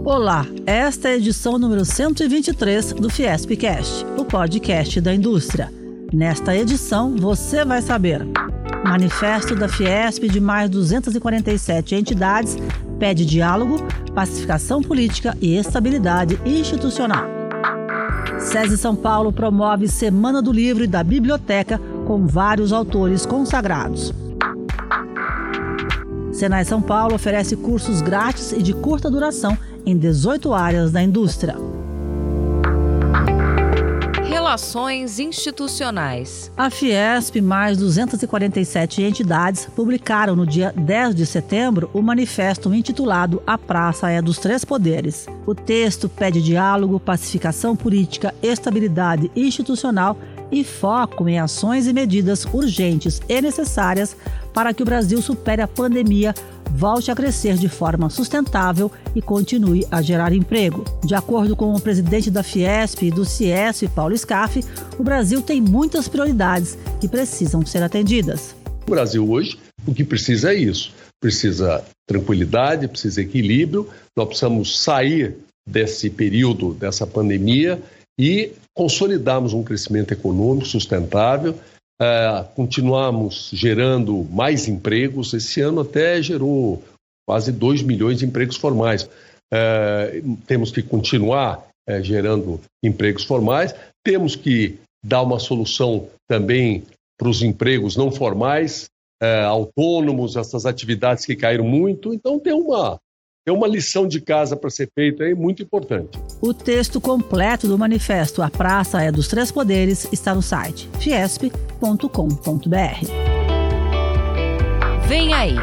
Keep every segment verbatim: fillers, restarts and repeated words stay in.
Olá, esta é a edição número cento e vinte e três do Fiespcast, o podcast da indústria. Nesta edição, você vai saber: Manifesto da Fiesp de mais duzentas e quarenta e sete entidades pede diálogo, pacificação política e estabilidade institucional. SESI São Paulo promove Semana do Livro e da Biblioteca com vários autores consagrados. Senai São Paulo oferece cursos grátis e de curta duração em dezoito áreas da indústria. Relações institucionais. A Fiesp e mais duzentas e quarenta e sete entidades publicaram no dia dez de setembro o manifesto intitulado A Praça é dos Três Poderes. O texto pede diálogo, pacificação política, estabilidade institucional e foco em ações e medidas urgentes e necessárias para que o Brasil supere a pandemia, volte a crescer de forma sustentável e continue a gerar emprego. De acordo com o presidente da Fiesp e do Ciesp, Paulo Scaff, o Brasil tem muitas prioridades que precisam ser atendidas. O Brasil hoje, o que precisa é isso. Precisa tranquilidade, precisa equilíbrio. Nós precisamos sair desse período, dessa pandemia e consolidarmos um crescimento econômico sustentável. Uh, continuamos gerando mais empregos. Esse ano até gerou quase dois milhões de empregos formais. Uh, temos que continuar uh, gerando empregos formais. Temos que dar uma solução também para os empregos não formais, uh, autônomos, essas atividades que caíram muito. Então tem uma... É uma lição de casa para ser feita aí, muito importante. O texto completo do manifesto A Praça é dos Três Poderes está no site fiesp ponto com ponto b r. Vem aí!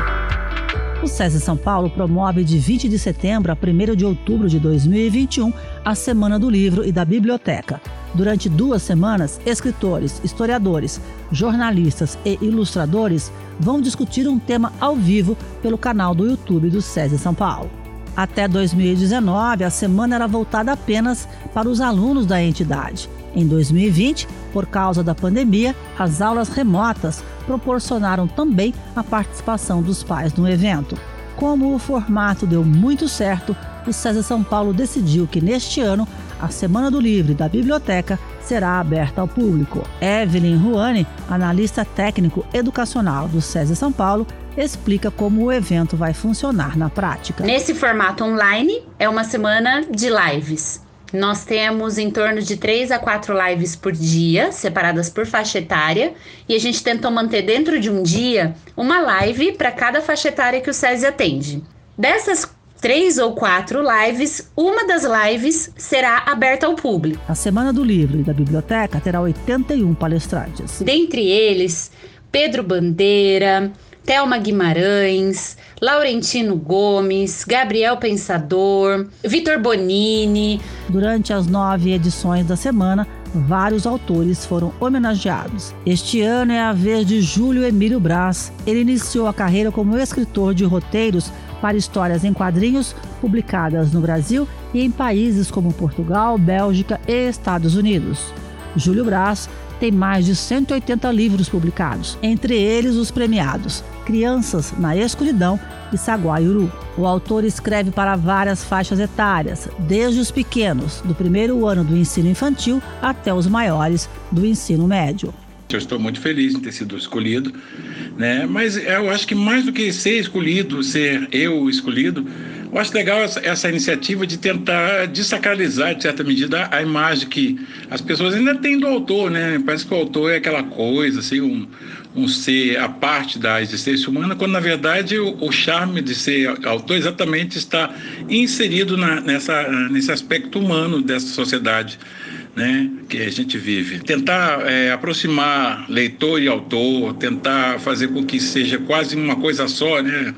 O SESI São Paulo promove de vinte de setembro a primeiro de outubro de dois mil e vinte e um a Semana do Livro e da Biblioteca. Durante duas semanas, escritores, historiadores, jornalistas e ilustradores vão discutir um tema ao vivo pelo canal do YouTube do SESI São Paulo. Até dois mil e dezenove, a semana era voltada apenas para os alunos da entidade. Em dois mil e vinte, por causa da pandemia, as aulas remotas proporcionaram também a participação dos pais no evento. Como o formato deu muito certo, o SESI São Paulo decidiu que neste ano a Semana do Livro e da Biblioteca será aberta ao público. Evelyn Ruani, analista técnico educacional do SESI São Paulo, explica como o evento vai funcionar na prática. Nesse formato online, é uma semana de lives. Nós temos em torno de três a quatro lives por dia, separadas por faixa etária, e a gente tentou manter dentro de um dia uma live para cada faixa etária que o SESI atende. Dessas três ou quatro lives, uma das lives será aberta ao público. A Semana do Livro e da Biblioteca terá oitenta e um palestrantes. Dentre eles, Pedro Bandeira, Thelma Guimarães, Laurentino Gomes, Gabriel Pensador, Vitor Bonini. Durante as nove edições da semana, vários autores foram homenageados. Este ano é a vez de Júlio Emílio Braz. Ele iniciou a carreira como escritor de roteiros para histórias em quadrinhos publicadas no Brasil e em países como Portugal, Bélgica e Estados Unidos. Júlio Braz tem mais de cento e oitenta livros publicados, entre eles os premiados Crianças na Escuridão e Saguaiuru. O autor escreve para várias faixas etárias, desde os pequenos, do primeiro ano do ensino infantil, até os maiores do ensino médio. Eu estou muito feliz em ter sido escolhido, né? Mas eu acho que mais do que ser escolhido, ser eu escolhido, eu acho legal essa, essa iniciativa de tentar desacralizar, de certa medida, a imagem que as pessoas ainda têm do autor, né? Parece que o autor é aquela coisa, assim, um, um ser à parte da existência humana, quando, na verdade, o, o charme de ser autor exatamente está inserido na, nessa, nesse aspecto humano dessa sociedade, né, que a gente vive. Tentar é, aproximar leitor e autor, tentar fazer com que seja quase uma coisa só, né?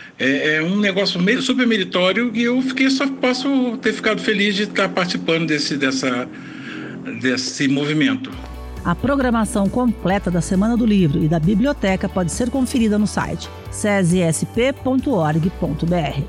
É, é um negócio super meritório e eu fiquei, só posso ter ficado feliz de estar participando desse, dessa, desse movimento. A programação completa da Semana do Livro e da Biblioteca pode ser conferida no site sesisp ponto org ponto b r.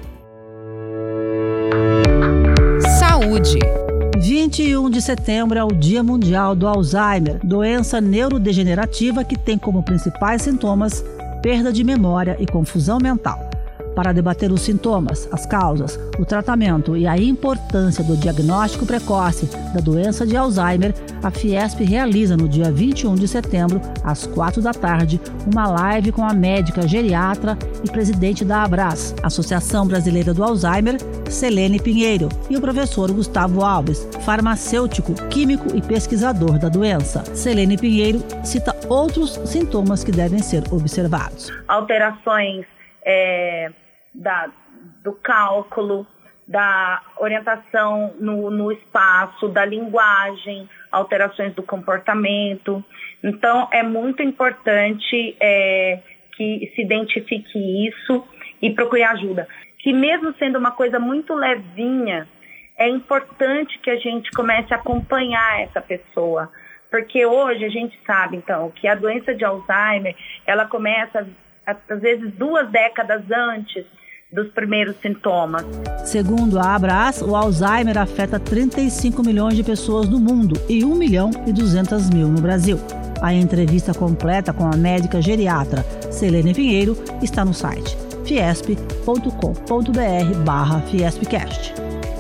Saúde. vinte e um de setembro é o Dia Mundial do Alzheimer, doença neurodegenerativa que tem como principais sintomas perda de memória e confusão mental. Para debater os sintomas, as causas, o tratamento e a importância do diagnóstico precoce da doença de Alzheimer, a Fiesp realiza no dia vinte e um de setembro, às quatro da tarde, uma live com a médica geriatra e presidente da Abras, Associação Brasileira do Alzheimer, Selene Pinheiro, e o professor Gustavo Alves, farmacêutico, químico e pesquisador da doença. Selene Pinheiro cita outros sintomas que devem ser observados. Alterações é, da, do cálculo, da orientação no, no espaço, da linguagem, alterações do comportamento. Então, é muito importante é, que se identifique isso e procure ajuda. Que mesmo sendo uma coisa muito levinha, é importante que a gente comece a acompanhar essa pessoa. Porque hoje a gente sabe, então, que a doença de Alzheimer, ela começa, às vezes, duas décadas antes dos primeiros sintomas. Segundo a Abras, o Alzheimer afeta trinta e cinco milhões de pessoas no mundo e um milhão e duzentos mil no Brasil. A entrevista completa com a médica geriatra Selene Pinheiro está no site fiesp ponto com ponto br barra fiespcast.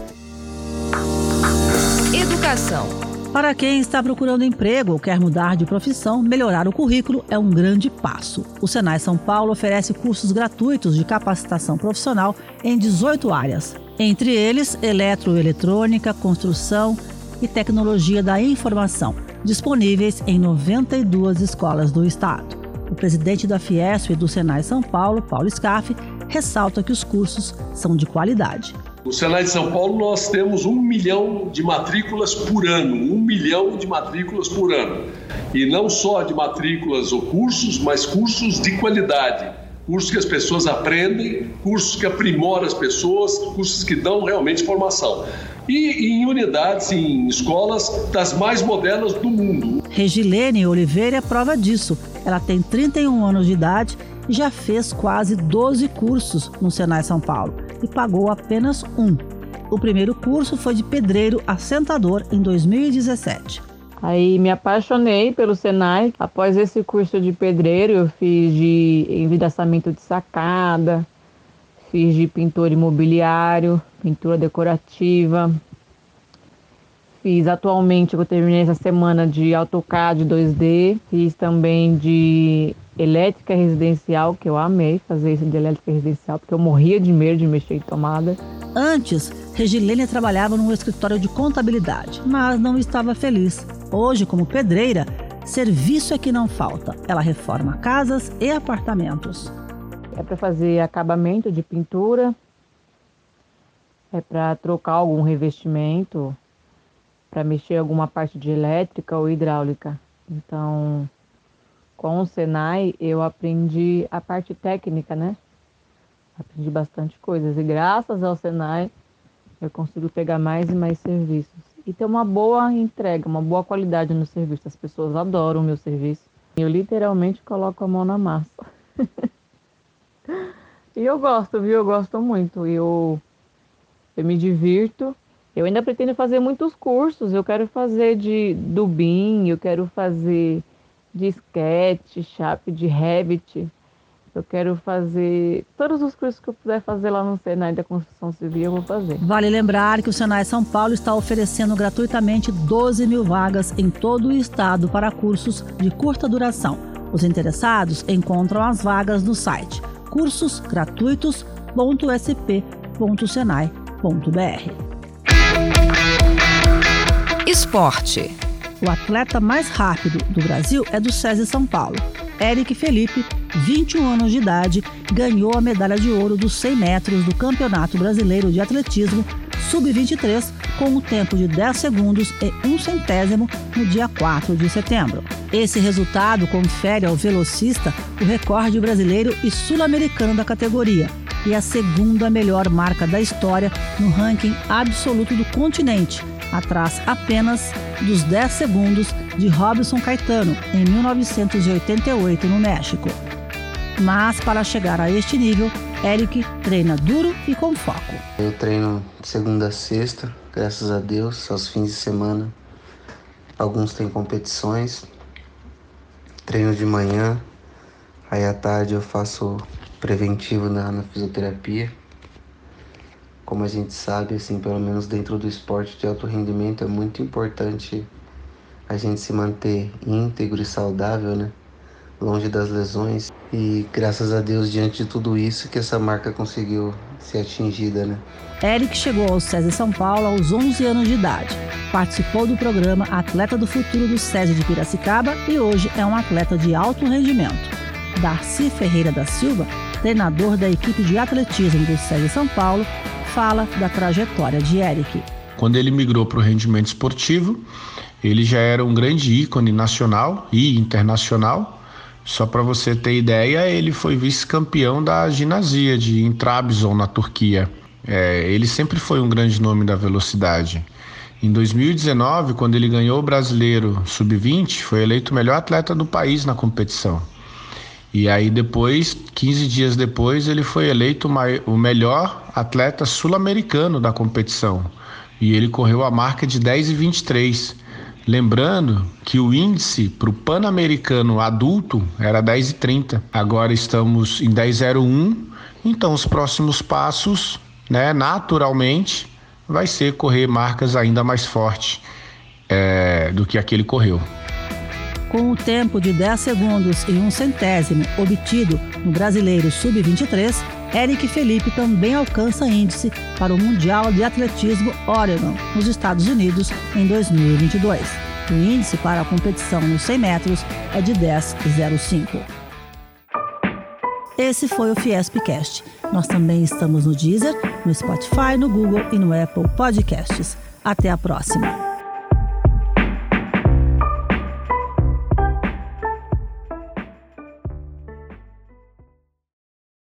Educação. Para quem está procurando emprego ou quer mudar de profissão, melhorar o currículo é um grande passo. O Senai São Paulo oferece cursos gratuitos de capacitação profissional em dezoito áreas. Entre eles, eletroeletrônica, construção e tecnologia da informação, disponíveis em noventa e duas escolas do estado. O presidente da Fiesp e do Senai São Paulo, Paulo Scaff, ressalta que os cursos são de qualidade. No Senai de São Paulo nós temos um milhão de matrículas por ano, um milhão de matrículas por ano. E não só de matrículas ou cursos, mas cursos de qualidade. Cursos que as pessoas aprendem, cursos que aprimoram as pessoas, cursos que dão realmente formação. E em unidades, em escolas das mais modernas do mundo. Regilene Oliveira é prova disso. Ela tem trinta e um anos de idade e já fez quase doze cursos no Senai São Paulo e pagou apenas um. O primeiro curso foi de pedreiro assentador em dois mil e dezessete. Aí me apaixonei pelo Senai. Após esse curso de pedreiro, eu fiz de envidraçamento de sacada, fiz de pintor imobiliário, pintura decorativa. Fiz atualmente, eu terminei essa semana de AutoCAD dois D. Fiz também de elétrica residencial, que eu amei fazer isso de elétrica residencial, porque eu morria de medo de mexer em tomada. Antes, Regilene trabalhava num escritório de contabilidade, mas não estava feliz. Hoje, como pedreira, serviço é que não falta. Ela reforma casas e apartamentos. É para fazer acabamento de pintura, é para trocar algum revestimento, para mexer alguma parte de elétrica ou hidráulica. Então, com o Senai, eu aprendi a parte técnica, né? Aprendi bastante coisas e graças ao Senai, eu consigo pegar mais e mais serviços. E ter uma boa entrega, uma boa qualidade no serviço. As pessoas adoram o meu serviço. Eu literalmente coloco a mão na massa. E eu gosto, viu? Eu gosto muito. Eu, eu me divirto. Eu ainda pretendo fazer muitos cursos. Eu quero fazer de do B I M, eu quero fazer de Sketch, Shop, de Revit. Eu quero fazer todos os cursos que eu puder fazer lá no Senai da Construção Civil, eu vou fazer. Vale lembrar que o Senai São Paulo está oferecendo gratuitamente doze mil vagas em todo o estado para cursos de curta duração. Os interessados encontram as vagas no site cursos gratuitos ponto s p ponto senai ponto b r. Esporte. O atleta mais rápido do Brasil é do SESI São Paulo. Éric Felipe, vinte e um anos de idade, ganhou a medalha de ouro dos cem metros do Campeonato Brasileiro de Atletismo sub vinte e três com um tempo de dez segundos e um centésimo no dia quatro de setembro. Esse resultado confere ao velocista o recorde brasileiro e sul-americano da categoria e a segunda melhor marca da história no ranking absoluto do continente, atrás apenas dos dez segundos de Robson Caetano, em mil novecentos e oitenta e oito, no México. Mas, para chegar a este nível, Éric treina duro e com foco. Eu treino de segunda a sexta, graças a Deus, aos fins de semana. Alguns têm competições. Treino de manhã, aí à tarde eu faço preventivo na, na fisioterapia. Como a gente sabe, assim, pelo menos dentro do esporte de alto rendimento, é muito importante a gente se manter íntegro e saudável, né? Longe das lesões. E graças a Deus, diante de tudo isso, que essa marca conseguiu ser atingida, né? Eric chegou ao SESI São Paulo aos onze anos de idade. Participou do programa Atleta do Futuro do SESI de Piracicaba e hoje é um atleta de alto rendimento. Darcy Ferreira da Silva, treinador da equipe de atletismo do SESI São Paulo, fala da trajetória de Eric. Quando ele migrou para o rendimento esportivo, ele já era um grande ícone nacional e internacional. Só para você ter ideia, ele foi vice-campeão da Ginasíade em Trabzon, na Turquia. É, ele sempre foi um grande nome da velocidade. Em dois mil e dezenove, quando ele ganhou o Brasileiro sub vinte, foi eleito o melhor atleta do país na competição. E aí depois, quinze dias depois, ele foi eleito o melhor atleta sul-americano da competição. E ele correu a marca de dez e vinte e três. Lembrando que o índice para o Pan-Americano adulto era dez e trinta. Agora estamos em dez e zero um. Então os próximos passos, né, naturalmente, vai ser correr marcas ainda mais fortes é, do que aquele correu. Com o tempo de dez segundos e um centésimo obtido no Brasileiro sub vinte e três, Eric Felipe também alcança índice para o Mundial de Atletismo Oregon, nos Estados Unidos, em dois mil e vinte e dois. O índice para a competição nos cem metros é de dez e zero cinco. Esse foi o Fiespcast. Nós também estamos no Deezer, no Spotify, no Google e no Apple Podcasts. Até a próxima!